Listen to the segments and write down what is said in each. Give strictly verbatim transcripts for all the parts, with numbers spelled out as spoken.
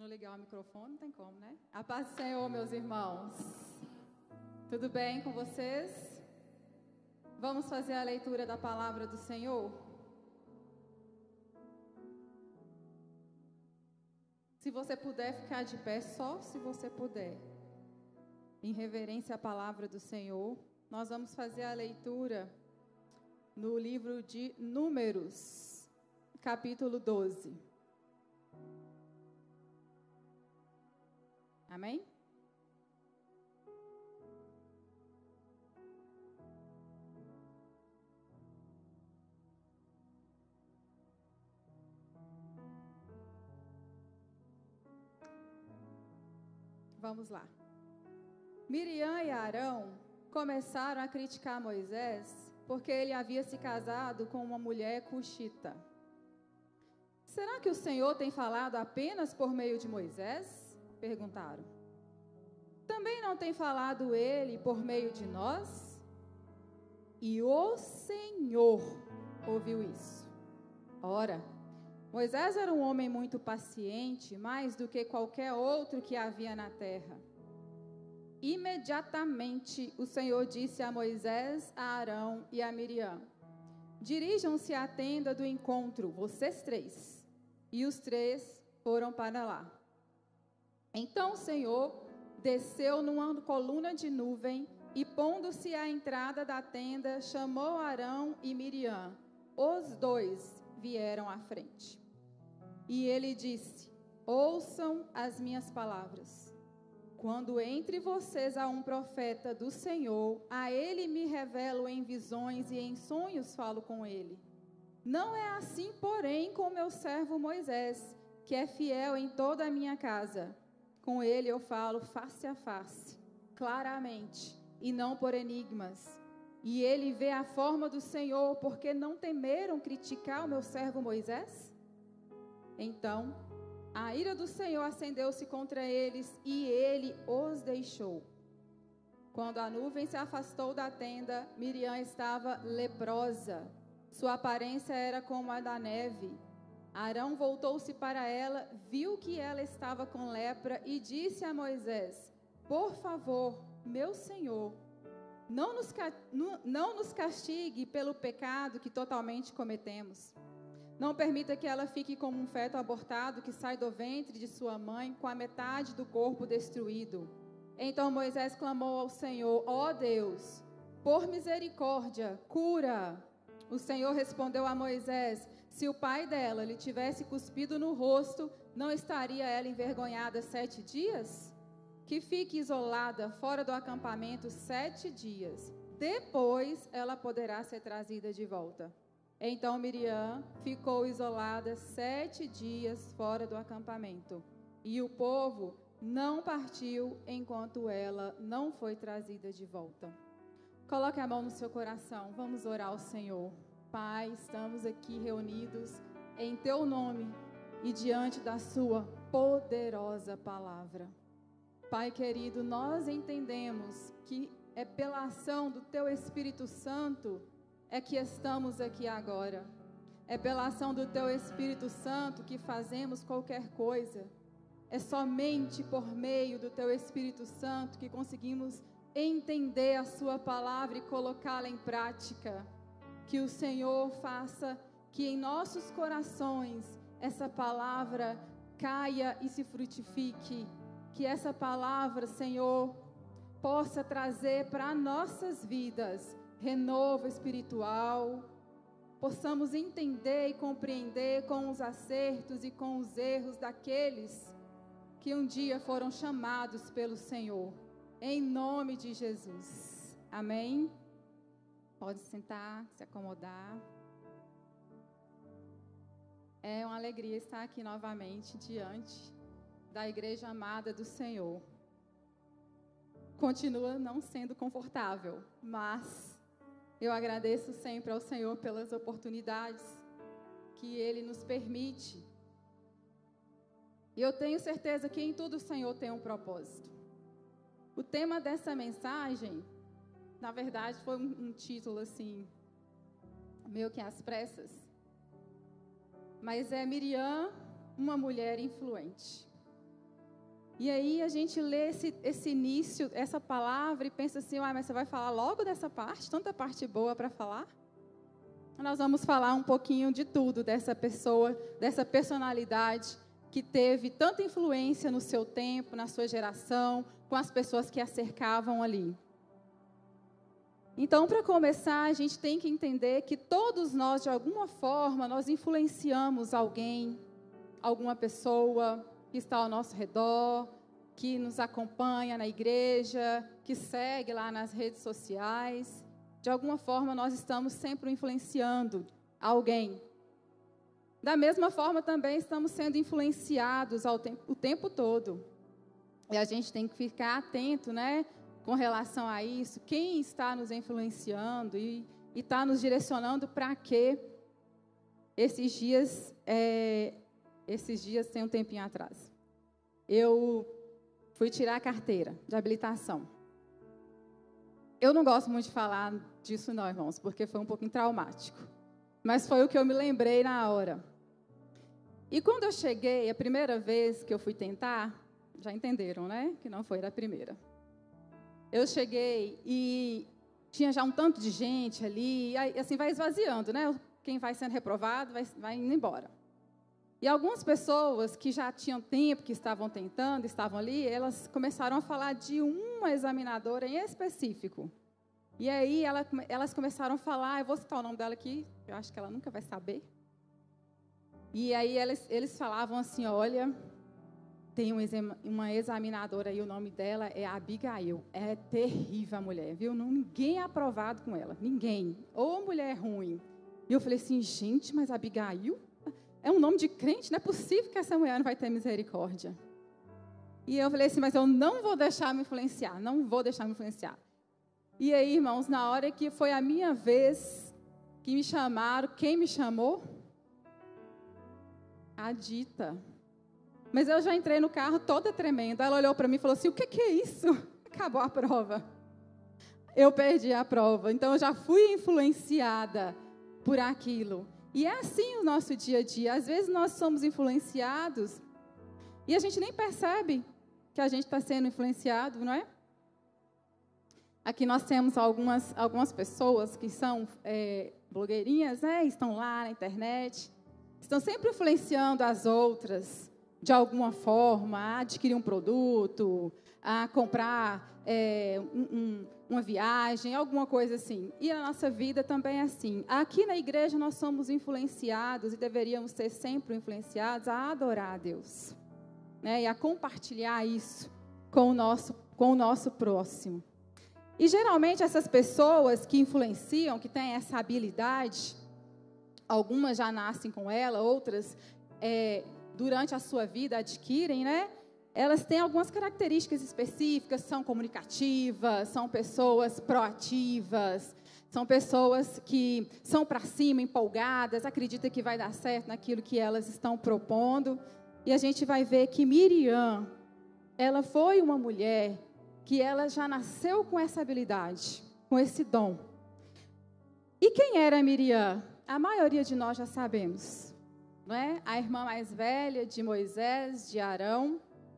não ligar o microfone, não tem como, né? A paz do Senhor, meus irmãos. Tudo bem com vocês? Vamos fazer a leitura da palavra do Senhor? Se você puder ficar de pé, só se você puder. Em reverência à palavra do Senhor, nós vamos fazer a leitura no livro de Números, capítulo doze. Amém? Vamos lá. Miriam e Arão começaram a criticar Moisés porque ele havia se casado com uma mulher cuxita. Será que o Senhor tem falado apenas por meio de Moisés? Perguntaram. Também não tem falado ele por meio de nós? E o Senhor ouviu isso. Ora, Moisés era um homem muito paciente, mais do que qualquer outro que havia na terra. Imediatamente o Senhor disse a Moisés, a Arão e a Miriam: dirijam-se à tenda do encontro, vocês três. E os três foram para lá. Então o Senhor desceu numa coluna de nuvem e, pondo-se à entrada da tenda, chamou Arão e Miriam. Os dois vieram à frente. E ele disse: ouçam as minhas palavras. Quando entre vocês há um profeta do Senhor, a ele me revelo em visões e em sonhos falo com ele. Não é assim, porém, com meu servo Moisés, que é fiel em toda a minha casa. Com ele eu falo face a face, claramente, e não por enigmas. E ele vê a forma do Senhor, porque não temeram criticar o meu servo Moisés? Então, a ira do Senhor acendeu-se contra eles, e ele os deixou. Quando a nuvem se afastou da tenda, Miriam estava leprosa. Sua aparência era como a da neve. Arão voltou-se para ela, viu que ela estava com lepra e disse a Moisés: por favor, meu senhor, não nos, não nos castigue pelo pecado que totalmente cometemos. Não permita que ela fique como um feto abortado que sai do ventre de sua mãe com a metade do corpo destruído. Então Moisés clamou ao Senhor: ó Deus, por misericórdia, cura. O Senhor respondeu a Moisés: se o pai dela lhe tivesse cuspido no rosto, não estaria ela envergonhada sete dias? Que fique isolada fora do acampamento sete dias. Depois ela poderá ser trazida de volta. Então Miriam ficou isolada sete dias fora do acampamento. E o povo não partiu enquanto ela não foi trazida de volta. Coloque a mão no seu coração, vamos orar ao Senhor. Pai, estamos aqui reunidos em Teu nome e diante da Sua poderosa palavra. Pai querido, nós entendemos que é pela ação do Teu Espírito Santo é que estamos aqui agora. É pela ação do Teu Espírito Santo que fazemos qualquer coisa. É somente por meio do Teu Espírito Santo que conseguimos entender a Sua palavra e colocá-la em prática. Que o Senhor faça que em nossos corações essa palavra caia e se frutifique. Que essa palavra, Senhor, possa trazer para nossas vidas renovo espiritual. Possamos entender e compreender com os acertos e com os erros daqueles que um dia foram chamados pelo Senhor. Em nome de Jesus. Amém? Pode sentar, se acomodar. É uma alegria estar aqui novamente diante da igreja amada do Senhor. Continua não sendo confortável, mas eu agradeço sempre ao Senhor pelas oportunidades que Ele nos permite. E eu tenho certeza que em tudo o Senhor tem um propósito. O tema dessa mensagem, na verdade, foi um, um título assim, meio que às pressas. Mas é Miriam, uma mulher influente. E aí a gente lê esse, esse início, essa palavra e pensa assim, ah, mas você vai falar logo dessa parte? Tanta parte boa para falar? Nós vamos falar um pouquinho de tudo dessa pessoa, dessa personalidade que teve tanta influência no seu tempo, na sua geração, com as pessoas que a cercavam ali. Então, para começar, a gente tem que entender que todos nós, de alguma forma, nós influenciamos alguém, alguma pessoa que está ao nosso redor, que nos acompanha na igreja, que segue lá nas redes sociais. De alguma forma, nós estamos sempre influenciando alguém. Da mesma forma, também estamos sendo influenciados ao tempo, o tempo todo. E a gente tem que ficar atento, né, com relação a isso. Quem está nos influenciando e está nos direcionando para quê? Esses dias, é, esses dias, tem um tempinho atrás, eu fui tirar a carteira de habilitação. Eu não gosto muito de falar disso não, irmãos, porque foi um pouquinho traumático. Mas foi o que eu me lembrei na hora. E quando eu cheguei, a primeira vez que eu fui tentar, já entenderam, né? Que não foi da primeira. Eu cheguei e tinha já um tanto de gente ali, e assim vai esvaziando, né? Quem vai sendo reprovado vai, vai indo embora. E algumas pessoas que já tinham tempo, que estavam tentando, estavam ali, elas começaram a falar de uma examinadora em específico. E aí ela, elas começaram a falar, eu vou citar o nome dela aqui, eu acho que ela nunca vai saber. E aí eles, eles falavam assim, olha, tem uma examinadora aí, o nome dela é Abigail. É terrível a mulher, viu? Ninguém é aprovado com ela, ninguém. Ou mulher ruim. E eu falei assim, gente, mas Abigail é um nome de crente, não é possível que essa mulher não vai ter misericórdia. E eu falei assim, mas eu não vou deixar me influenciar, não vou deixar me influenciar. E aí, irmãos, na hora que foi a minha vez, que me chamaram, quem me chamou? A Dita. Mas eu já entrei no carro toda tremenda. Ela olhou para mim e falou assim, o que, que é isso? Acabou a prova. Eu perdi a prova. Então, eu já fui influenciada por aquilo. E é assim o nosso dia a dia. Às vezes, nós somos influenciados e a gente nem percebe que a gente está sendo influenciado, não é? Aqui nós temos algumas, algumas pessoas que são é, blogueirinhas, né? Estão lá na internet. Estão sempre influenciando as outras, de alguma forma, a adquirir um produto, a comprar é, um, um, uma viagem, alguma coisa assim. E a nossa vida também é assim. Aqui na igreja nós somos influenciados, e deveríamos ser sempre influenciados, a adorar a Deus, né? E a compartilhar isso com o nosso, com o nosso próximo. E geralmente essas pessoas que influenciam, que têm essa habilidade, algumas já nascem com ela, outras é, durante a sua vida adquirem, né? Elas têm algumas características específicas, são comunicativas, são pessoas proativas, são pessoas que são para cima, empolgadas, acreditam que vai dar certo naquilo que elas estão propondo. E a gente vai ver que Miriam, ela foi uma mulher que ela já nasceu com essa habilidade, com esse dom. E quem era Miriam? A maioria de nós já sabemos, não é? A irmã mais velha de Moisés, de Arão,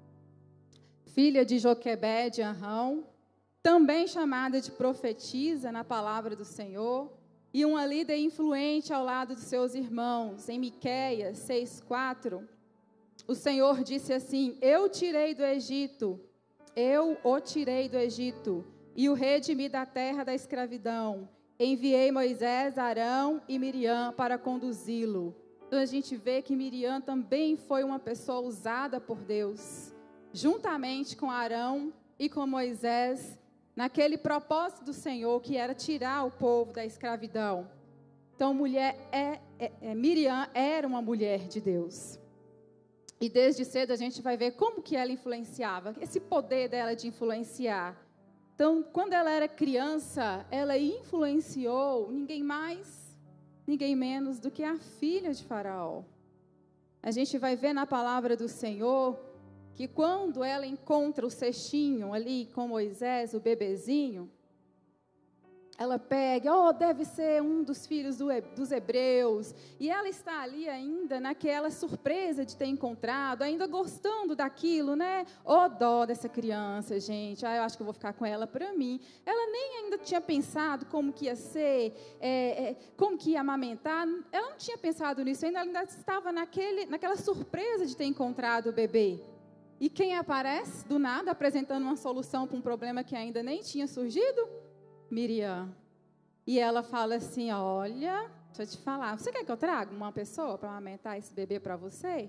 filha de Joquebé, de Arão, também chamada de profetisa na palavra do Senhor, e uma líder influente ao lado dos seus irmãos. Em Miqueias seis, quatro, o Senhor disse assim, eu tirei do Egito, eu o tirei do Egito, e o redimi da terra da escravidão. Enviei Moisés, Arão e Miriam para conduzi-lo. Então a gente vê que Miriam também foi uma pessoa usada por Deus, juntamente com Arão e com Moisés, naquele propósito do Senhor, que era tirar o povo da escravidão. Então mulher é, é, é, Miriam era uma mulher de Deus. E desde cedo a gente vai ver como que ela influenciava, esse poder dela de influenciar. Então, quando ela era criança, ela influenciou ninguém mais, ninguém menos do que a filha de Faraó. A gente vai ver na palavra do Senhor que quando ela encontra o cestinho ali com Moisés, o bebezinho, ela pega, oh, deve ser um dos filhos do, dos hebreus, e ela está ali ainda naquela surpresa de ter encontrado, ainda gostando daquilo, né? Oh, dó dessa criança, gente, ah, eu acho que eu vou ficar com ela para mim. Ela nem ainda tinha pensado como que ia ser, é, é, como que ia amamentar, ela não tinha pensado nisso ainda, ela ainda estava naquele, naquela surpresa de ter encontrado o bebê. E quem aparece, do nada, apresentando uma solução para um problema que ainda nem tinha surgido? Miriam. E ela fala assim, olha, deixa eu te falar, você quer que eu traga uma pessoa para amamentar esse bebê para você?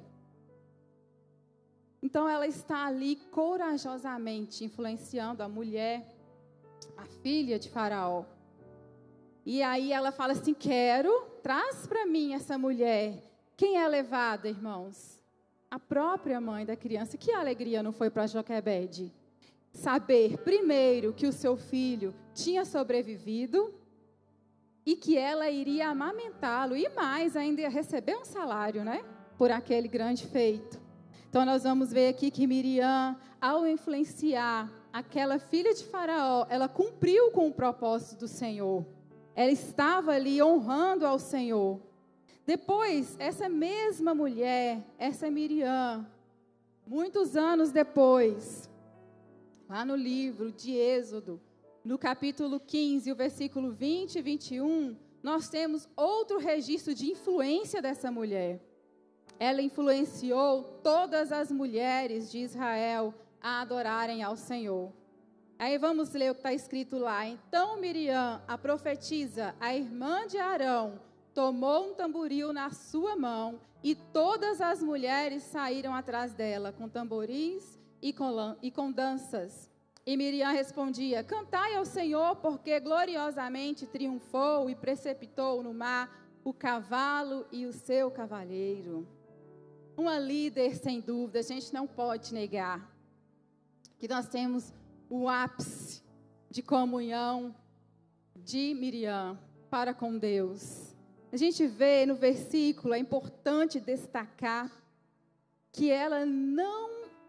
Então ela está ali corajosamente influenciando a mulher, a filha de Faraó. E aí ela fala assim, quero, traz para mim essa mulher. Quem é levada, irmãos? A própria mãe da criança. Que alegria não foi para Joquebede? Saber, primeiro, que o seu filho tinha sobrevivido e que ela iria amamentá-lo, e mais, ainda ia receber um salário, né? Por aquele grande feito. Então, nós vamos ver aqui que Miriam, ao influenciar aquela filha de Faraó, ela cumpriu com o propósito do Senhor. Ela estava ali honrando ao Senhor. Depois, essa mesma mulher, essa Miriam, muitos anos depois, lá no livro de Êxodo, no capítulo quinze, o versículo vinte e vinte e um, nós temos outro registro de influência dessa mulher. Ela influenciou todas as mulheres de Israel a adorarem ao Senhor. Aí vamos ler o que está escrito lá. Então Miriam, a profetisa, a irmã de Arão, tomou um tamboril na sua mão e todas as mulheres saíram atrás dela com tamborins e com, e com danças. E Miriam respondia, cantai ao Senhor, porque gloriosamente triunfou e precipitou no mar o cavalo e o seu cavaleiro. Uma líder, sem dúvida, a gente não pode negar que nós temos o ápice de comunhão de Miriam para com Deus. A gente vê no versículo, é importante destacar que ela não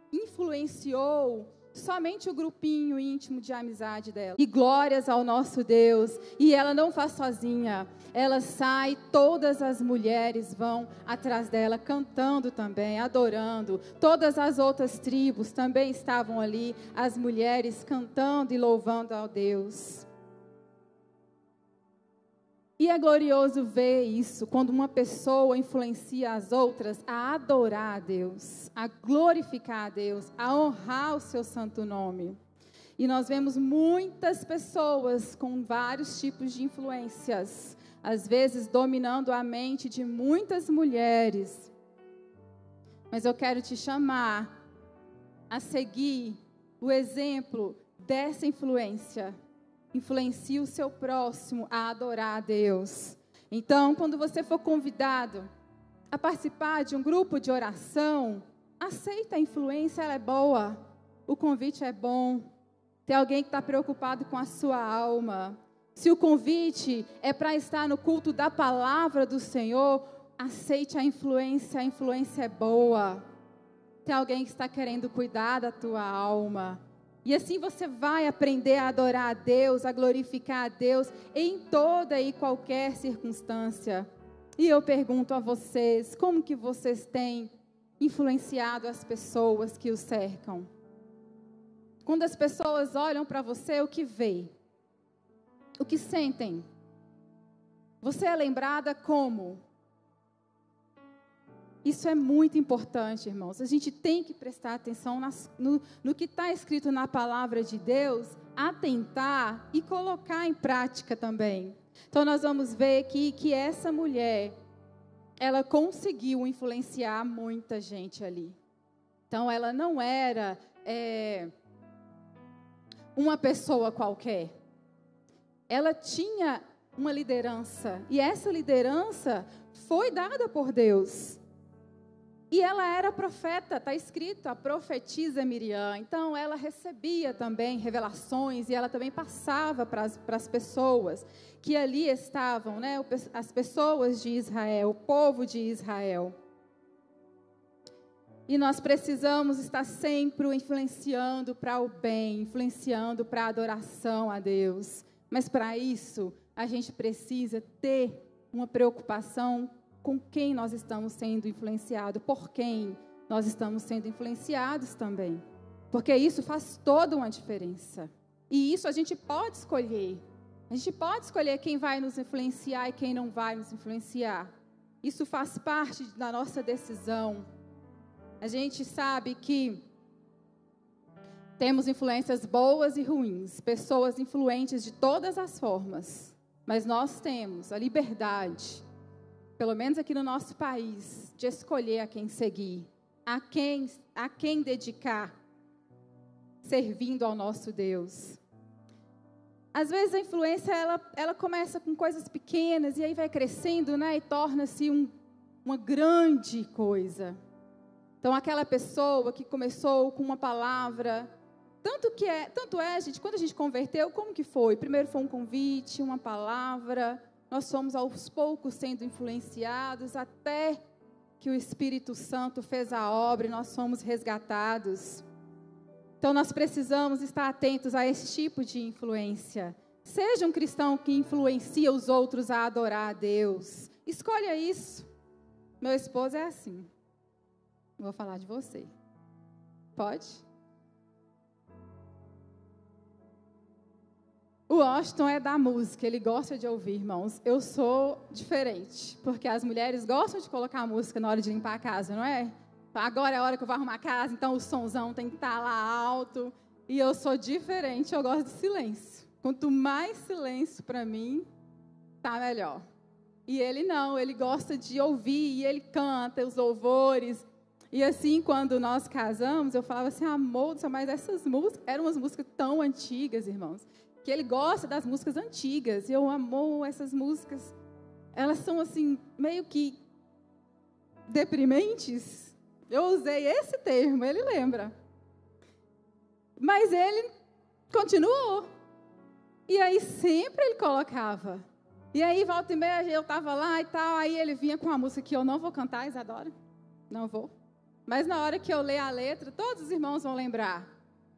influenciou somente o grupinho íntimo de amizade dela. E glórias ao nosso Deus. E ela não faz sozinha. Ela sai, todas as mulheres vão atrás dela, cantando também, adorando. Todas as outras tribos também estavam ali, as mulheres cantando e louvando ao Deus. E é glorioso ver isso, quando uma pessoa influencia as outras a adorar a Deus, a glorificar a Deus, a honrar o seu santo nome. E nós vemos muitas pessoas com vários tipos de influências, às vezes dominando a mente de muitas mulheres. Mas eu quero te chamar a seguir o exemplo dessa influência. Influencie o seu próximo a adorar a Deus. Então, quando você for convidado a participar de um grupo de oração, aceita a influência, ela é boa. O convite é bom. Tem alguém que está preocupado com a sua alma. Se o convite é para estar no culto da palavra do Senhor, aceite a influência, a influência é boa. Tem alguém que está querendo cuidar da tua alma. E assim você vai aprender a adorar a Deus, a glorificar a Deus em toda e qualquer circunstância. E eu pergunto a vocês, como que vocês têm influenciado as pessoas que os cercam? Quando as pessoas olham para você, o que vê? O que sentem? Você é lembrada como? Isso é muito importante, irmãos. A gente tem que prestar atenção nas, no, no que está escrito na palavra de Deus, atentar e colocar em prática também. Então, nós vamos ver aqui que essa mulher, ela conseguiu influenciar muita gente ali. Então, ela não era é, uma pessoa qualquer. Ela tinha uma liderança. E essa liderança foi dada por Deus. E ela era profeta, está escrito, a profetisa Miriam. Então, ela recebia também revelações e ela também passava para as pessoas que ali estavam, né, as pessoas de Israel, o povo de Israel. E nós precisamos estar sempre influenciando para o bem, influenciando para a adoração a Deus. Mas para isso, a gente precisa ter uma preocupação com quem nós estamos sendo influenciados, por quem nós estamos sendo influenciados também. Porque isso faz toda uma diferença. E isso a gente pode escolher. A gente pode escolher quem vai nos influenciar e quem não vai nos influenciar. Isso faz parte da nossa decisão. A gente sabe que temos influências boas e ruins, pessoas influentes de todas as formas. Mas nós temos a liberdade, pelo menos aqui no nosso país, de escolher a quem seguir, a quem, a quem dedicar, servindo ao nosso Deus. Às vezes a influência, ela, ela começa com coisas pequenas, e aí vai crescendo, né, e torna-se um, uma grande coisa. Então, aquela pessoa que começou com uma palavra, tanto, que é, tanto é, gente, quando a gente converteu, como que foi? Primeiro foi um convite, uma palavra, nós fomos aos poucos sendo influenciados, até que o Espírito Santo fez a obra e nós fomos resgatados. Então, nós precisamos estar atentos a esse tipo de influência. Seja um cristão que influencia os outros a adorar a Deus. Escolha isso. Meu esposo é assim. Vou falar de você. Pode? O Washington é da música, ele gosta de ouvir, irmãos. Eu sou diferente, porque as mulheres gostam de colocar música na hora de limpar a casa, não é? Agora é a hora que eu vou arrumar a casa, então o sonzão tem que estar lá alto. E eu sou diferente, eu gosto de silêncio. Quanto mais silêncio para mim, tá melhor. E ele não, ele gosta de ouvir, e ele canta os louvores. E assim, quando nós casamos, eu falava assim, amor, mas essas músicas, eram umas músicas tão antigas, irmãos, que ele gosta das músicas antigas. E eu amo essas músicas. Elas são assim, meio que deprimentes. Eu usei esse termo, ele lembra. Mas ele continuou. E aí sempre ele colocava. E aí, volta e meia, eu estava lá e tal, aí ele vinha com uma música que eu não vou cantar, Isadora. Não vou. Mas na hora que eu ler a letra, todos os irmãos vão lembrar.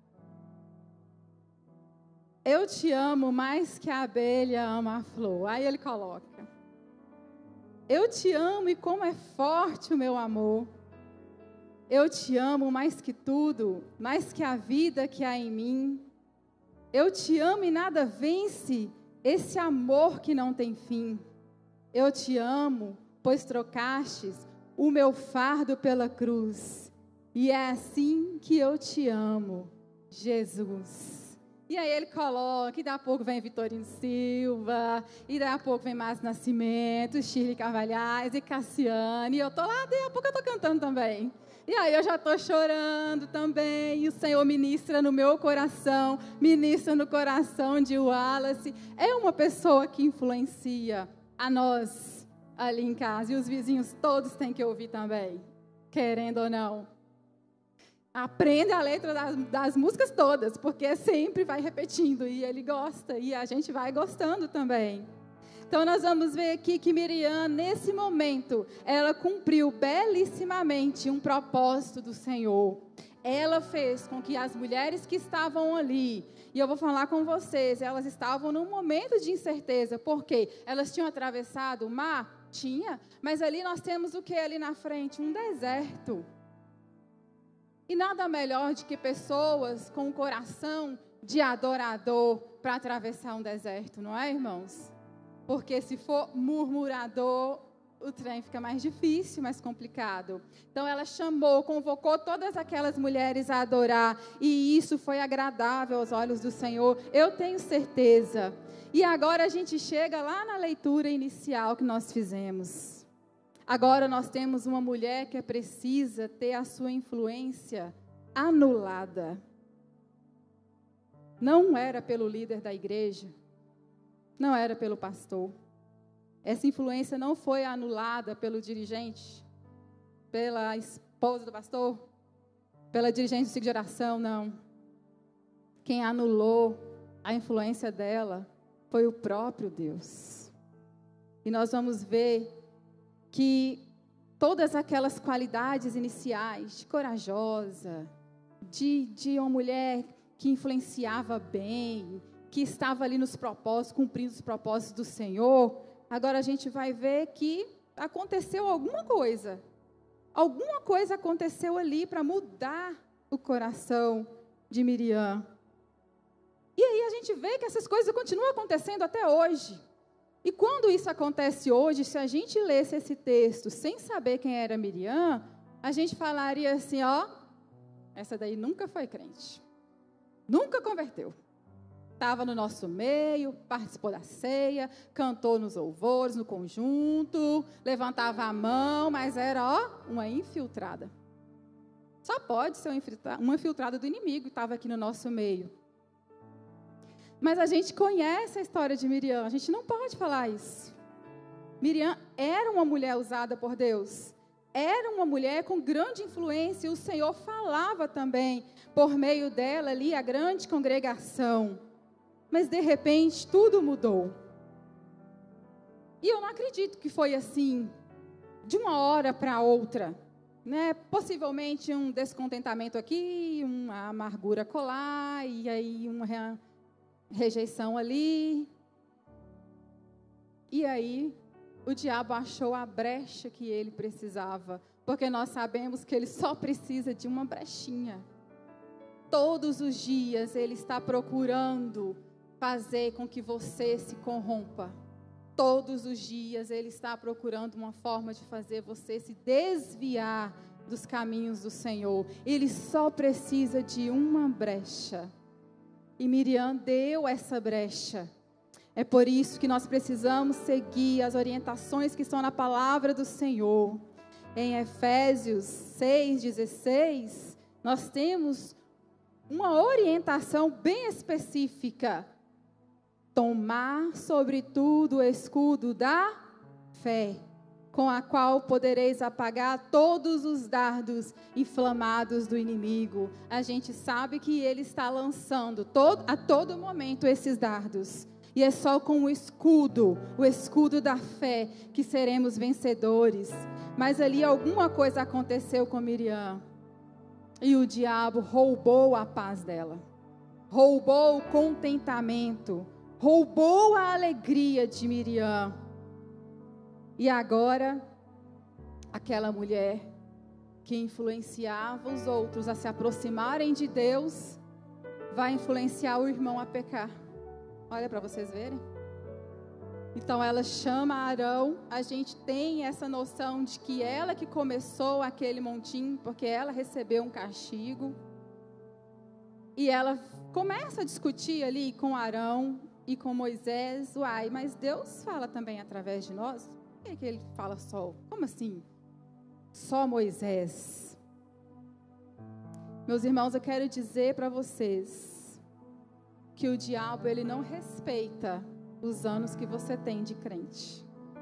Eu te amo mais que a abelha ama a flor. Aí ele coloca. Eu te amo e como é forte o meu amor. Eu te amo mais que tudo, mais que a vida que há em mim. Eu te amo e nada vence esse amor que não tem fim. Eu te amo, pois trocastes o meu fardo pela cruz. E é assim que eu te amo, Jesus. E aí ele coloca, e daqui a pouco vem Vitorino Silva, e daqui a pouco vem Márcio Nascimento, Shirley Carvalhais e Cassiane. E eu tô lá, daqui a pouco eu tô cantando também. E aí eu já estou chorando também, e o Senhor ministra no meu coração, ministra no coração de Wallace. É uma pessoa que influencia a nós ali em casa, e os vizinhos todos têm que ouvir também, querendo ou não. Aprenda a letra das, das músicas todas, porque sempre vai repetindo, e ele gosta, e a gente vai gostando também. Então, nós vamos ver aqui que Miriam, nesse momento, ela cumpriu belíssimamente um propósito do Senhor. Ela fez com que as mulheres que estavam ali, e eu vou falar com vocês, elas estavam num momento de incerteza, porque elas tinham atravessado o mar? Tinha, mas ali nós temos o que ali na frente? Um deserto. E nada melhor do que pessoas com um coração de adorador para atravessar um deserto, não é, irmãos? Porque se for murmurador, o trem fica mais difícil, mais complicado. Então ela chamou, convocou todas aquelas mulheres a adorar, e isso foi agradável aos olhos do Senhor, eu tenho certeza. E agora a gente chega lá na leitura inicial que nós fizemos. Agora nós temos uma mulher que precisa ter a sua influência anulada. Não era pelo líder da igreja, não era pelo pastor. Essa influência não foi anulada pelo dirigente, pela esposa do pastor, pela dirigente do ciclo de oração, não. Quem anulou a influência dela foi o próprio Deus. E nós vamos ver que todas aquelas qualidades iniciais, de corajosa, de, de uma mulher que influenciava bem, que estava ali nos propósitos, cumprindo os propósitos do Senhor, agora a gente vai ver que aconteceu alguma coisa. Alguma coisa aconteceu ali para mudar o coração de Miriam. E aí a gente vê que essas coisas continuam acontecendo até hoje. E quando isso acontece hoje, se a gente lesse esse texto sem saber quem era Miriam, a gente falaria assim, ó, essa daí nunca foi crente. Nunca converteu. Estava no nosso meio, participou da ceia, cantou nos louvores, no conjunto, levantava a mão, mas era, ó, uma infiltrada. Só pode ser uma infiltrada do inimigo, estava aqui no nosso meio. Mas a gente conhece a história de Miriam, a gente não pode falar isso. Miriam era uma mulher usada por Deus, era uma mulher com grande influência, e o Senhor falava também, por meio dela ali, a grande congregação. Mas de repente, tudo mudou. E eu não acredito que foi assim, de uma hora para outra. Né? Possivelmente um descontentamento aqui, uma amargura colar, e aí uma rejeição ali. E aí, o diabo achou a brecha que ele precisava. Porque nós sabemos que ele só precisa de uma brechinha. Todos os dias ele está procurando fazer com que você se corrompa. Todos os dias ele está procurando uma forma de fazer você se desviar dos caminhos do Senhor. Ele só precisa de uma brecha. E Miriam deu essa brecha. É por isso que nós precisamos seguir as orientações que estão na palavra do Senhor. Em Efésios seis, dezesseis, nós temos uma orientação bem específica. Tomar, sobretudo, o escudo da fé, com a qual podereis apagar todos os dardos inflamados do inimigo. A gente sabe que ele está lançando todo, a todo momento esses dardos. E é só com o escudo, o escudo da fé, que seremos vencedores. Mas ali alguma coisa aconteceu com Miriam. E o diabo roubou a paz dela. Roubou o contentamento. Roubou a alegria de Miriam. E agora, aquela mulher que influenciava os outros a se aproximarem de Deus, vai influenciar o irmão a pecar. Olha para vocês verem. Então ela chama Arão, a gente tem essa noção de que ela que começou aquele montinho, porque ela recebeu um castigo. E ela começa a discutir ali com Arão e com Moisés. Uai, mas Deus fala também através de nós? Por que, que ele fala só? Como assim? Só Moisés. Meus irmãos, eu quero dizer para vocês que o diabo, ele não respeita os anos que você tem de crente.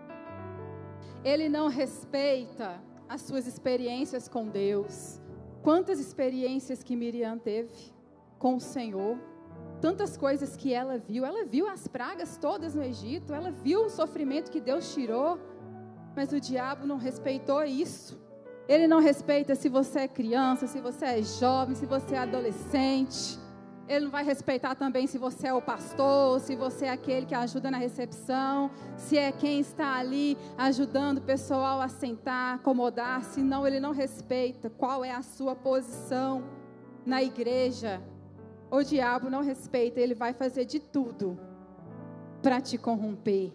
Ele não respeita as suas experiências com Deus. Quantas experiências que Miriam teve com o Senhor. Tantas coisas que ela viu. Ela viu as pragas todas no Egito. Ela viu o sofrimento que Deus tirou. Mas o diabo não respeitou isso. Ele não respeita se você é criança, se você é jovem, se você é adolescente. Ele não vai respeitar também se você é o pastor, se você é aquele que ajuda na recepção, se é quem está ali ajudando o pessoal a sentar, acomodar-se. Não, ele não respeita qual é a sua posição na igreja. O diabo não respeita, ele vai fazer de tudo para te corromper.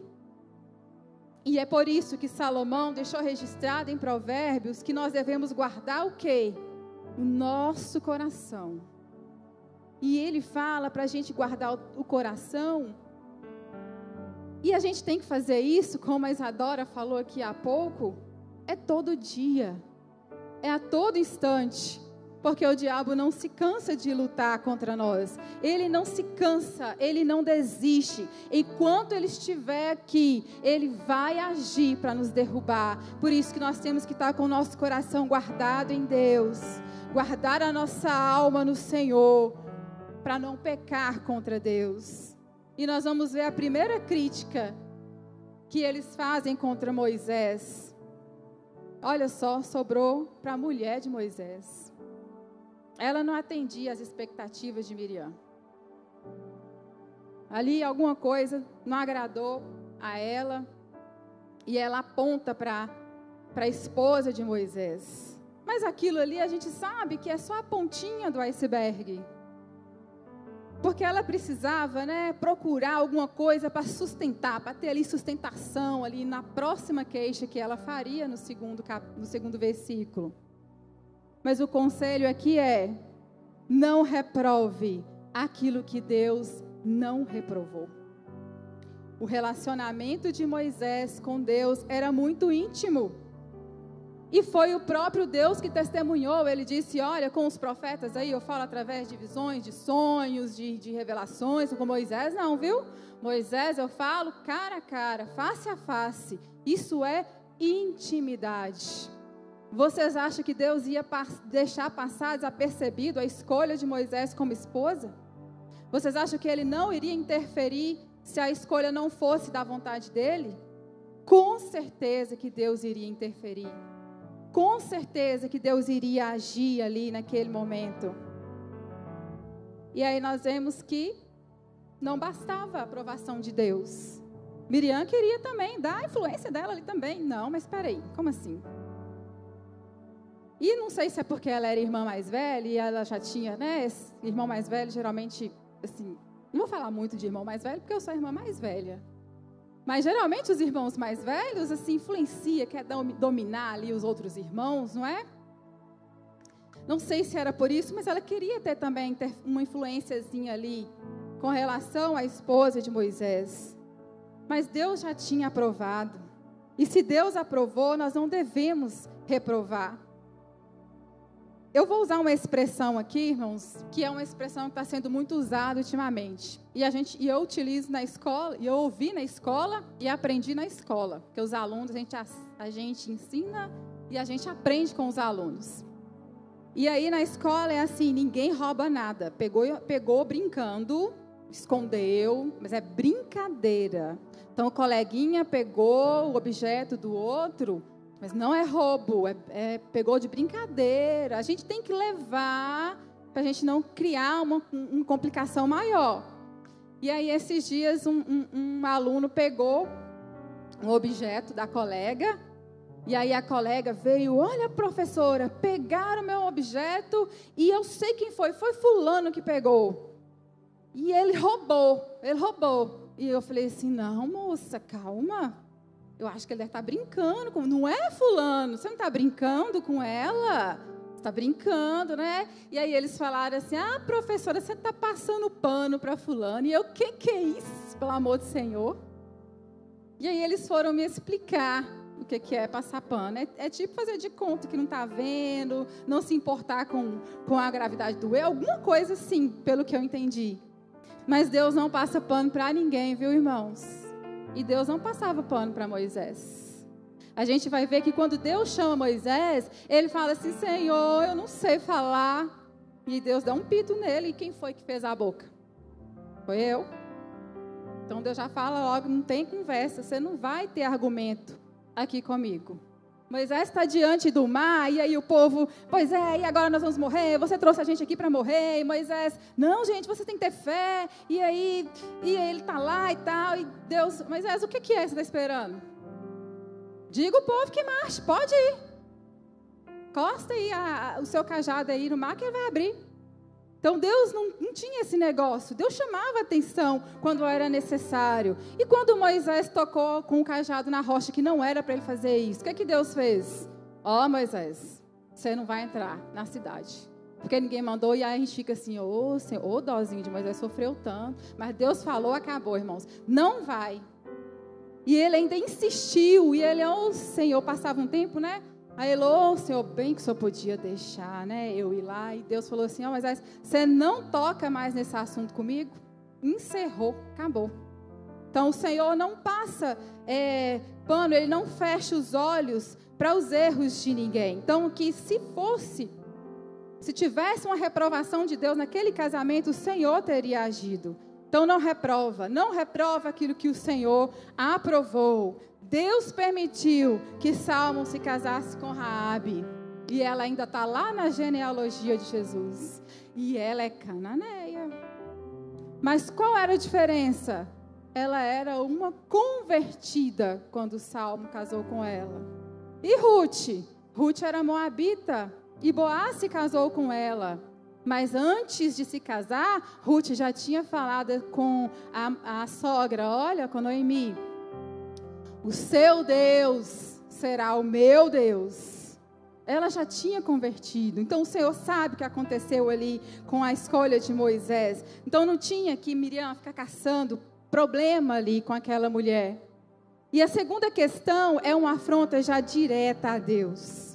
E é por isso que Salomão deixou registrado em Provérbios que nós devemos guardar o quê? O nosso coração. E ele fala para a gente guardar o coração. E a gente tem que fazer isso, como a Isadora falou aqui há pouco, é todo dia, é a todo instante. Porque o diabo não se cansa de lutar contra nós. Ele não se cansa, ele não desiste. Enquanto ele estiver aqui, ele vai agir para nos derrubar. Por isso que nós temos que estar com o nosso coração guardado em Deus. Guardar a nossa alma no Senhor, para não pecar contra Deus. E nós vamos ver a primeira crítica que eles fazem contra Moisés. Olha só, sobrou para a mulher de Moisés. Ela não atendia às expectativas de Miriam. Ali alguma coisa não agradou a ela. E ela aponta para a esposa de Moisés. Mas aquilo ali a gente sabe que é só a pontinha do iceberg. Porque ela precisava, né, procurar alguma coisa para sustentar, para ter ali sustentação ali na próxima queixa que ela faria no segundo, cap... no segundo versículo. Mas o conselho aqui é: não reprove aquilo que Deus não reprovou. O relacionamento de Moisés com Deus era muito íntimo. E foi o próprio Deus que testemunhou. Ele disse: olha, com os profetas aí eu falo através de visões, de sonhos, de, de revelações. Com Moisés não, viu? Moisés eu falo cara a cara, face a face. Isso é intimidade. Vocês acham que Deus ia pas- deixar passar desapercebido a escolha de Moisés como esposa? Vocês acham que ele não iria interferir se a escolha não fosse da vontade dele? Com certeza que Deus iria interferir. Com certeza que Deus iria agir ali naquele momento. E aí nós vemos que não bastava a aprovação de Deus. Miriam queria também dar a influência dela ali também. Não, mas espera aí, como assim? E não sei se é porque ela era irmã mais velha e ela já tinha, né? Esse irmão mais velho geralmente, assim, não vou falar muito de irmão mais velho porque eu sou a irmã mais velha. Mas geralmente os irmãos mais velhos, assim, influencia, quer dominar ali os outros irmãos, não é? Não sei se era por isso, mas ela queria ter também uma influênciazinha ali com relação à esposa de Moisés. Mas Deus já tinha aprovado. E se Deus aprovou, nós não devemos reprovar. Eu vou usar uma expressão aqui, irmãos, que é uma expressão que está sendo muito usada ultimamente. E, a gente, e eu utilizo na escola, e eu ouvi na escola e aprendi na escola. Porque os alunos, a gente, a, a gente ensina e a gente aprende com os alunos. E aí na escola é assim, ninguém rouba nada. Pegou, pegou brincando, escondeu, mas é brincadeira. Então o coleguinha pegou o objeto do outro, mas não é roubo, é, é, pegou de brincadeira. A gente tem que levar para a gente não criar uma, uma complicação maior. E aí, esses dias, um, um, um aluno pegou um objeto da colega. E aí, a colega veio: olha, professora, pegaram meu objeto e eu sei quem foi. Foi fulano que pegou. E ele roubou, ele roubou. E eu falei assim: não, moça, calma. Eu acho que ele deve estar brincando com... Não é fulano, você não está brincando com ela? Você está brincando, né? E aí eles falaram assim: ah, professora, você está passando pano para fulano. E eu, o que, que é isso, pelo amor do Senhor? E aí eles foram me explicar o que, que é passar pano. É, é tipo fazer de conta que não está vendo, não se importar com, com a gravidade do erro, alguma coisa assim, pelo que eu entendi. Mas Deus não passa pano para ninguém, viu, irmãos? E Deus não passava pano para Moisés. A gente vai ver que quando Deus chama Moisés, ele fala assim: Senhor, eu não sei falar. E Deus dá um pito nele. E quem foi que fez a boca? Foi eu. Então Deus já fala logo: não tem conversa, você não vai ter argumento aqui comigo. Moisés está diante do mar, e aí o povo: pois é, e agora nós vamos morrer, você trouxe a gente aqui para morrer. E Moisés: não, gente, você tem que ter fé. E aí, e aí ele está lá e tal, e Deus: Moisés, o que, que é que você está esperando? Diga o povo que marche, pode ir. Costa aí a, a, o seu cajado aí no mar que ele vai abrir. Então Deus não, não tinha esse negócio. Deus chamava atenção quando era necessário. E quando Moisés tocou com o cajado na rocha, que não era para ele fazer isso, o que, que Deus fez? Ó, oh, Moisés, você não vai entrar na cidade, porque ninguém mandou. E aí a gente fica assim: ô, oh, oh, dozinho de Moisés, sofreu tanto. Mas Deus falou, acabou, irmãos. Não vai. E ele ainda insistiu. E ele, ô, oh, Senhor, passava um tempo, né? Aí ele: ô, oh, Senhor, bem que o Senhor podia deixar, né, eu ir lá. E Deus falou assim: ó, oh, mas você não toca mais nesse assunto comigo? Encerrou, acabou. Então o Senhor não passa é, pano, Ele não fecha os olhos para os erros de ninguém. Então que se fosse, se tivesse uma reprovação de Deus naquele casamento, o Senhor teria agido. Então não reprova, não reprova aquilo que o Senhor aprovou. Deus permitiu que Salmão se casasse com Raabe. E ela ainda está lá na genealogia de Jesus. E ela é cananeia. Mas qual era a diferença? Ela era uma convertida quando Salmo casou com ela. E Ruth? Ruth era moabita e Boaz se casou com ela. Mas antes de se casar, Ruth já tinha falado com a, a sogra, olha, com Noemi, o seu Deus será o meu Deus. Ela já tinha convertido. Então o Senhor sabe o que aconteceu ali com a escolha de Moisés. Então não tinha que Miriam ficar caçando problema ali com aquela mulher. E a segunda questão é uma afronta já direta a Deus.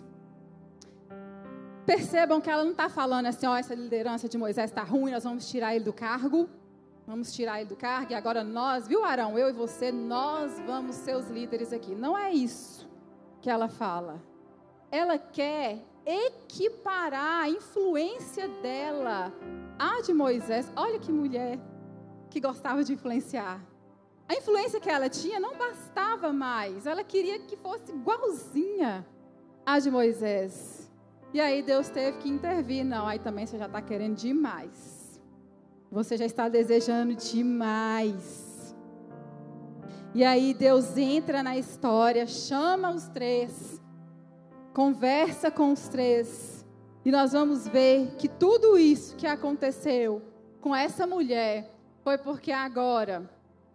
Percebam que ela não está falando assim, ó, essa liderança de Moisés está ruim, nós vamos tirar ele do cargo. Vamos tirar ele do cargo e agora nós, viu Arão, eu e você, nós vamos ser os líderes aqui. Não é isso que ela fala. Ela quer equiparar a influência dela à de Moisés. Olha que mulher que gostava de influenciar. A influência que ela tinha não bastava mais. Ela queria que fosse igualzinha à de Moisés. E aí Deus teve que intervir. Não, aí também você já está querendo demais. Você já está desejando demais. E aí Deus entra na história, chama os três, conversa com os três. E nós vamos ver que tudo isso que aconteceu com essa mulher foi porque agora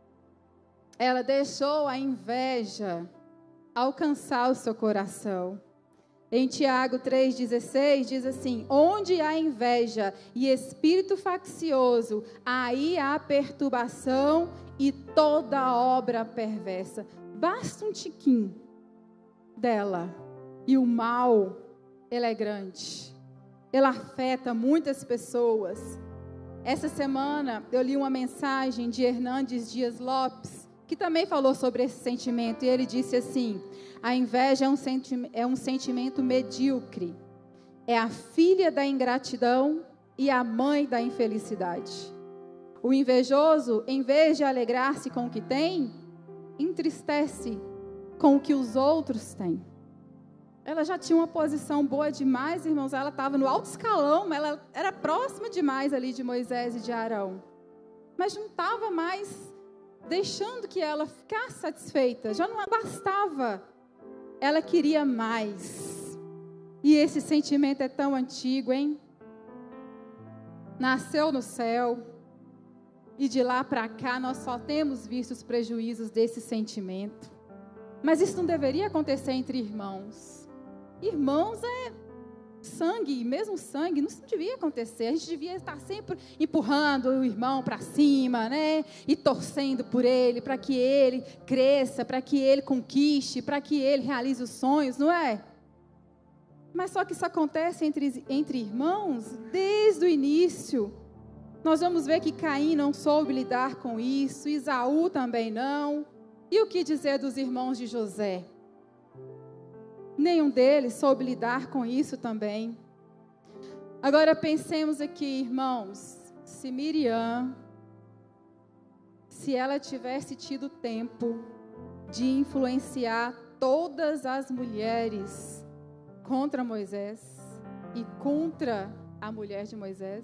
ela deixou a inveja alcançar o seu coração. Em Tiago três dezesseis diz assim: onde há inveja e espírito faccioso, aí há perturbação e toda obra perversa. Basta um tiquinho dela e o mal, ele é grande. Ele afeta muitas pessoas. Essa semana eu li uma mensagem de Hernandes Dias Lopes, que também falou sobre esse sentimento, e ele disse assim: a inveja é um, senti- é um sentimento medíocre, é a filha da ingratidão e a mãe da infelicidade. O invejoso, em vez de alegrar-se com o que tem, entristece com o que os outros têm. Ela já tinha uma posição boa demais, irmãos, ela estava no alto escalão, ela era próxima demais ali de Moisés e de Arão, mas não estava mais deixando que ela ficasse satisfeita, já não bastava, ela queria mais. E esse sentimento é tão antigo, hein? Nasceu no céu, e de lá para cá nós só temos visto os prejuízos desse sentimento. Mas isso não deveria acontecer entre irmãos. Irmãos é sangue, mesmo sangue, não devia acontecer. A gente devia estar sempre empurrando o irmão para cima, né? E torcendo por ele, para que ele cresça, para que ele conquiste, para que ele realize os sonhos, não é? Mas só que isso acontece entre, entre irmãos desde o início. Nós vamos ver que Caim não soube lidar com isso, Esaú também não. E o que dizer dos irmãos de José? Nenhum deles soube lidar com isso também. Agora pensemos aqui, irmãos, se Miriam, se ela tivesse tido tempo de influenciar todas as mulheres contra Moisés e contra a mulher de Moisés,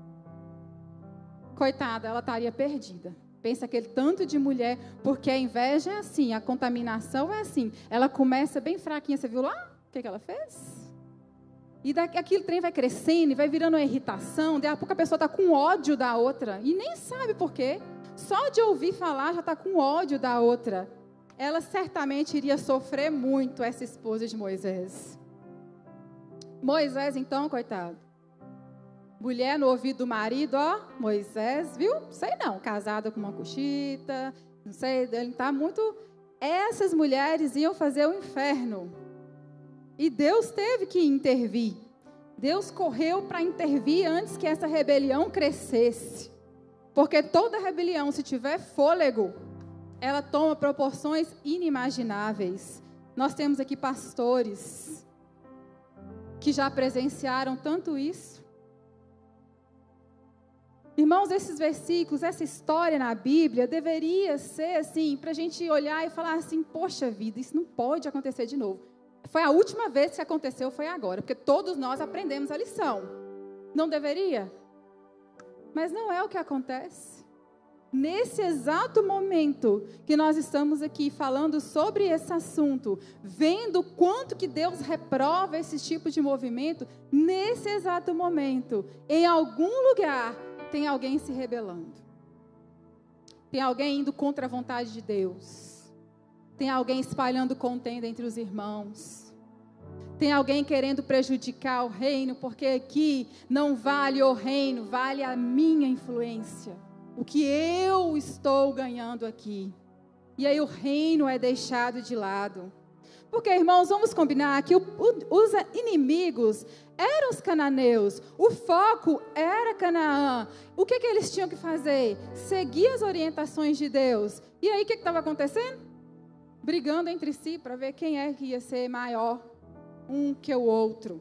coitada, ela estaria perdida. Pensa aquele tanto de mulher, porque a inveja é assim, a contaminação é assim. Ela começa bem fraquinha, você viu lá? O que, que ela fez? E daqui, aquele trem vai crescendo e vai virando uma irritação. Daqui a pouco a pessoa está com ódio da outra e nem sabe por quê. Só de ouvir falar já está com ódio da outra. Ela certamente iria sofrer muito, essa esposa de Moisés. Moisés então, coitado. Mulher no ouvido do marido, ó, Moisés, viu? Sei não, casada com uma cuxita, não sei, ele está muito... Essas mulheres iam fazer o inferno. E Deus teve que intervir. Deus correu para intervir antes que essa rebelião crescesse. Porque toda rebelião, se tiver fôlego, ela toma proporções inimagináveis. Nós temos aqui pastores que já presenciaram tanto isso. Irmãos, esses versículos, essa história na Bíblia deveria ser assim, para a gente olhar e falar assim, poxa vida, isso não pode acontecer de novo. Foi a última vez que aconteceu, foi agora, porque todos nós aprendemos a lição. Não deveria? Mas não é o que acontece. nesse exato momento que nós estamos aqui falando sobre esse assunto, vendo quanto que Deus reprova esse tipo de movimento, nesse exato momento, em algum lugar, tem alguém se rebelando. Tem alguém indo contra a vontade de Deus. Tem alguém espalhando contenda entre os irmãos. Tem alguém querendo prejudicar o reino, porque aqui não vale o reino, vale a minha influência. O que eu estou ganhando aqui. E aí o reino é deixado de lado. Porque, irmãos, vamos combinar que o, o, os inimigos eram os cananeus. O foco era Canaã. O que, que eles tinham que fazer? Seguir as orientações de Deus. E aí o que estava acontecendo? Brigando entre si para ver quem é que ia ser maior um que o outro.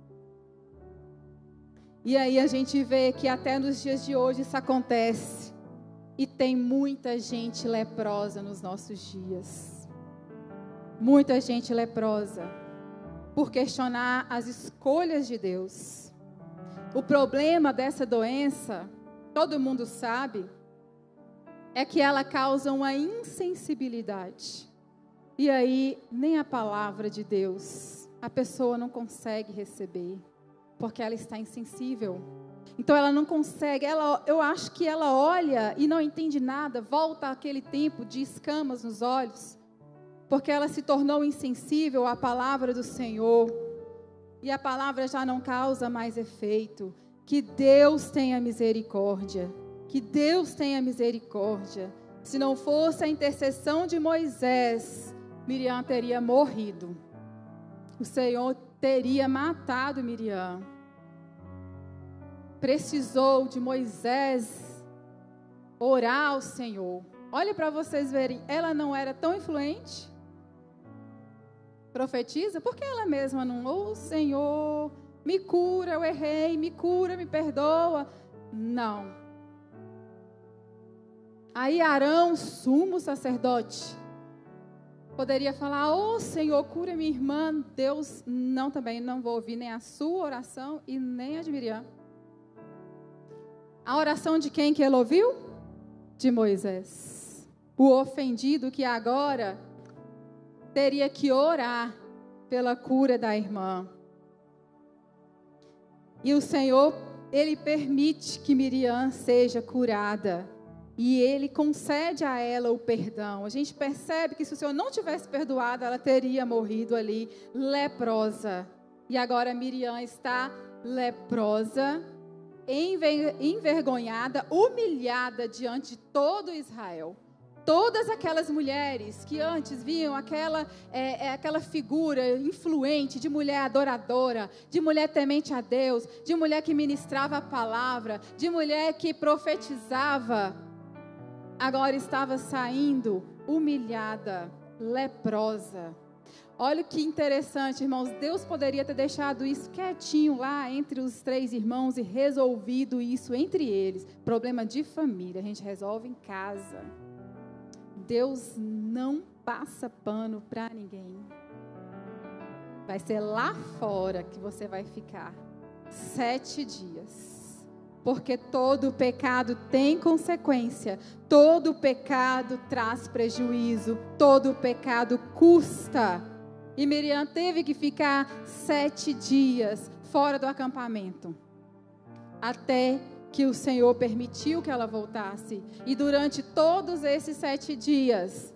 E aí a gente vê que até nos dias de hoje isso acontece. E tem muita gente leprosa nos nossos dias. Muita gente leprosa. Por questionar as escolhas de Deus. O problema dessa doença, todo mundo sabe, é que ela causa uma insensibilidade. E aí, nem a palavra de Deus a pessoa não consegue receber, porque ela está insensível. Então ela não consegue, ela, eu acho que ela olha e não entende nada, volta àquele tempo de escamas nos olhos, porque ela se tornou insensível à palavra do Senhor, e a palavra já não causa mais efeito. Que Deus tenha misericórdia, que Deus tenha misericórdia. Se não fosse a intercessão de Moisés, Miriam teria morrido. O Senhor teria matado Miriam. Precisou de Moisés orar ao Senhor. Olha para vocês verem, ela não era tão influente. Profetiza, porque ela mesma não, ô Senhor, me cura, eu errei, me cura, me perdoa. Não. Aí Arão, sumo sacerdote, poderia falar, ô Senhor, cura minha irmã. Deus, não, também não vou ouvir nem a sua oração e nem a de Miriam. A oração de quem que ele ouviu? De Moisés. O ofendido que agora teria que orar pela cura da irmã. E o Senhor, Ele permite que Miriam seja curada. E Ele concede a ela o perdão. A gente percebe que se o Senhor não tivesse perdoado, ela teria morrido ali leprosa. E agora Miriam está leprosa, envergonhada, humilhada diante de todo Israel. Todas aquelas mulheres que antes viam aquela, é, é, aquela figura influente de mulher adoradora, de mulher temente a Deus, de mulher que ministrava a palavra, de mulher que profetizava, agora estava saindo humilhada, leprosa. Olha que interessante, irmãos, Deus poderia ter deixado isso quietinho lá entre os três irmãos e resolvido isso entre eles. Problema de família, a gente resolve em casa. Deus não passa pano para ninguém. Vai ser lá fora que você vai ficar sete dias. Porque todo pecado tem consequência. Todo pecado traz prejuízo. Todo pecado custa. E Miriam teve que ficar sete dias fora do acampamento. Até que o Senhor permitiu que ela voltasse. E durante todos esses sete dias,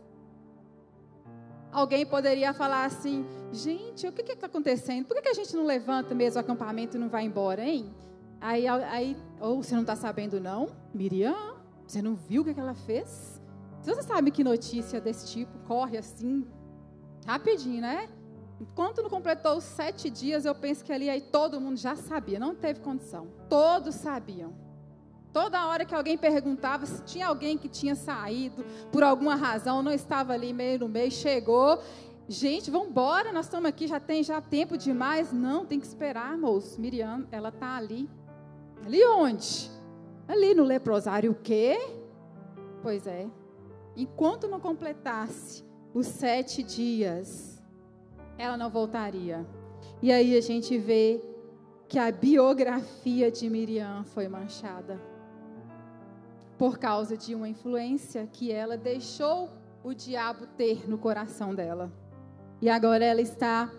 alguém poderia falar assim, gente, o que está acontecendo? Por que, que a gente não levanta mesmo o acampamento e não vai embora, hein? Aí, aí ou oh, você não está sabendo não? Miriam, você não viu o que, que ela fez? Você sabe que notícia desse tipo corre assim, rapidinho, né? Enquanto não completou os sete dias, eu penso que ali aí todo mundo já sabia, não teve condição. Todos sabiam. Toda hora que alguém perguntava se tinha alguém que tinha saído, por alguma razão, não estava ali meio no meio, chegou. Gente, vamos embora, nós estamos aqui, já tem já tempo demais. Não, tem que esperar, moço. Miriam, ela está ali. Ali onde? Ali no leprosário. O quê? Pois é. Enquanto não completasse os sete dias, ela não voltaria. E aí a gente vê que a biografia de Miriam foi manchada. por causa de uma influência que ela deixou o diabo ter no coração dela. E agora ela está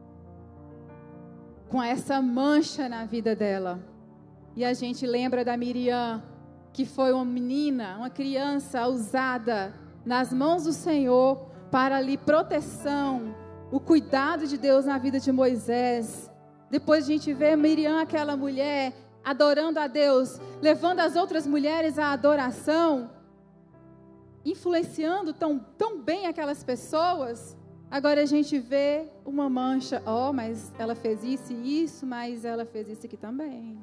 com essa mancha na vida dela. E a gente lembra da Miriam, que foi uma menina, uma criança usada nas mãos do Senhor para ali proteção, o cuidado de Deus na vida de Moisés. Depois a gente vê Miriam, aquela mulher, adorando a Deus, levando as outras mulheres à adoração, influenciando tão, tão bem aquelas pessoas. Agora a gente vê uma mancha, ó, oh, mas ela fez isso e isso, mas ela fez isso aqui também.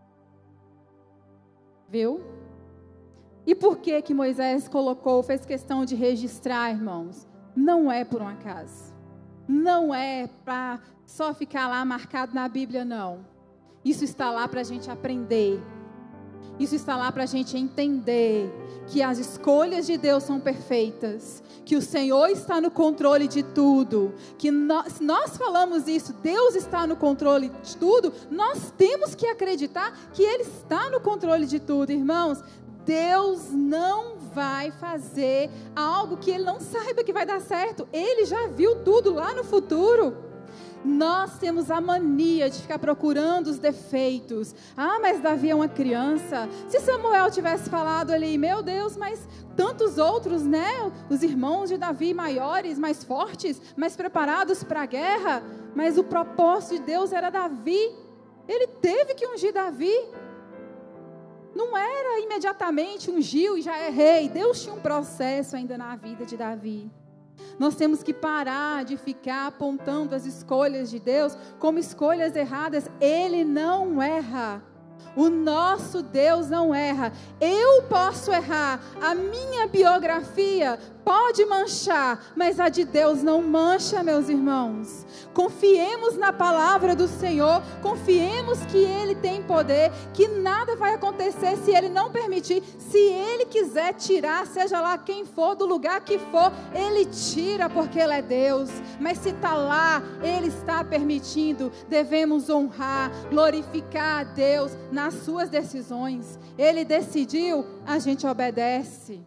Viu? E por que que Moisés colocou, fez questão de registrar, irmãos? Não é por um acaso. Não é para só ficar lá marcado na Bíblia, não. Isso está lá para a gente aprender. Isso está lá para a gente entender que as escolhas de Deus são perfeitas, que o Senhor está no controle de tudo, que nós, se nós falamos isso, Deus está no controle de tudo, nós temos que acreditar que Ele está no controle de tudo, irmãos. Deus não vai fazer algo que Ele não saiba que vai dar certo. Ele já viu tudo lá no futuro. Nós temos a mania de ficar procurando os defeitos. Ah, mas Davi é uma criança. Se Samuel tivesse falado ali, meu Deus, mas tantos outros, né? Os irmãos de Davi maiores, mais fortes, mais preparados para a guerra. Mas o propósito de Deus era Davi. Ele teve que ungir Davi. Não era imediatamente ungiu e já é rei. Deus tinha um processo ainda na vida de Davi. Nós temos que parar de ficar apontando as escolhas de Deus como escolhas erradas. Ele não erra. O nosso Deus não erra. Eu posso errar. A minha biografia pode manchar, mas a de Deus não mancha, meus irmãos. Confiemos na palavra do Senhor. Confiemos que Ele tem poder, que nada vai acontecer se Ele não permitir. Se Ele quiser tirar, seja lá quem for, do lugar que for, Ele tira, porque Ele é Deus. Mas se está lá, Ele está permitindo. Devemos honrar, glorificar a Deus nas suas decisões. Ele decidiu, a gente obedece.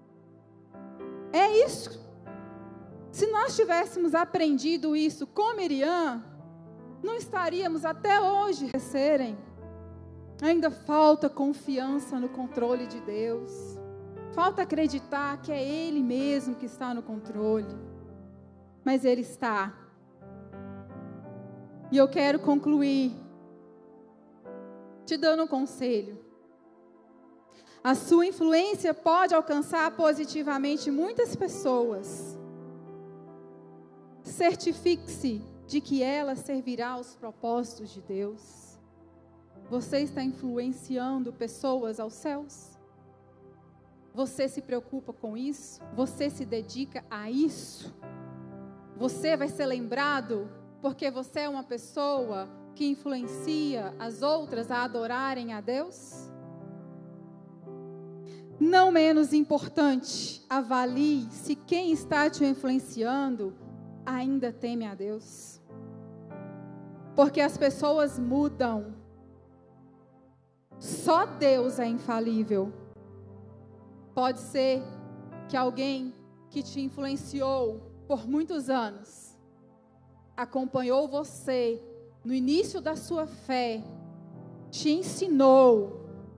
É isso. Se nós tivéssemos aprendido isso com Miriam, não estaríamos até hoje crescerem. Ainda falta confiança no controle de Deus. Falta acreditar que é Ele mesmo que está no controle. Mas Ele está. E eu quero concluir te dando um conselho. A sua influência pode alcançar positivamente muitas pessoas. Certifique-se de que ela servirá aos propósitos de Deus. Você está influenciando pessoas aos céus? Você se preocupa com isso? Você se dedica a isso? Você vai ser lembrado porque você é uma pessoa que influencia as outras a adorarem a Deus? Não menos importante, avalie se quem está te influenciando ainda teme a Deus. Porque as pessoas mudam. Só Deus é infalível. Pode ser que alguém que te influenciou por muitos anos, acompanhou você no início da sua fé, te ensinou,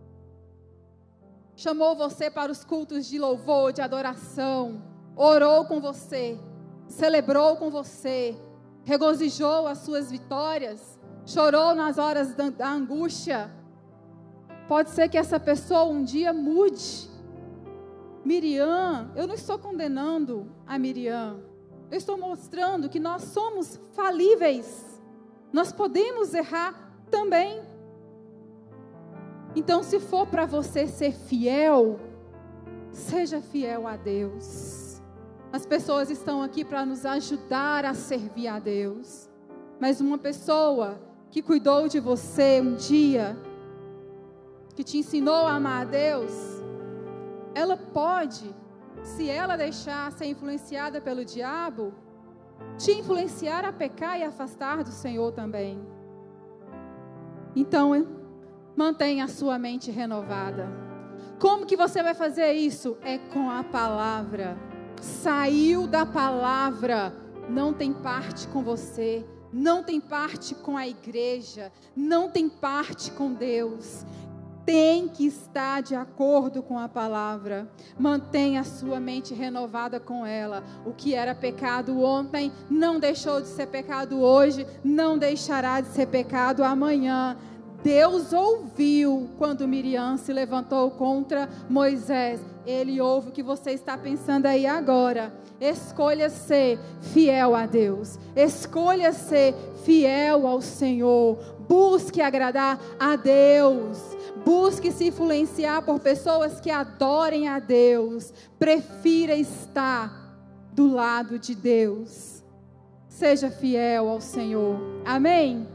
chamou você para os cultos de louvor, de adoração, orou com você, celebrou com você, regozijou as suas vitórias, chorou nas horas da, da angústia. Pode ser que essa pessoa um dia mude. Miriam, eu não estou condenando a Miriam, eu estou mostrando que nós somos falíveis, nós podemos errar também. Então, se for para você ser fiel, seja fiel a Deus. As pessoas estão aqui para nos ajudar a servir a Deus. Mas uma pessoa que cuidou de você um dia, que te ensinou a amar a Deus, ela pode, se ela deixar ser influenciada pelo diabo, te influenciar a pecar e afastar do Senhor também. Então, mantenha a sua mente renovada. Como que você vai fazer isso? É com a palavra. Saiu da palavra, não tem parte com você, não tem parte com a igreja, não tem parte com Deus. Tem que estar de acordo com a palavra. Mantenha a sua mente renovada com ela. O que era pecado ontem não deixou de ser pecado hoje, não deixará de ser pecado amanhã. Deus ouviu quando Miriam se levantou contra Moisés. Ele ouve o que você está pensando aí agora. Escolha ser fiel a Deus. Escolha ser fiel ao Senhor. Busque agradar a Deus. Busque se influenciar por pessoas que adorem a Deus. Prefira estar do lado de Deus. Seja fiel ao Senhor. Amém?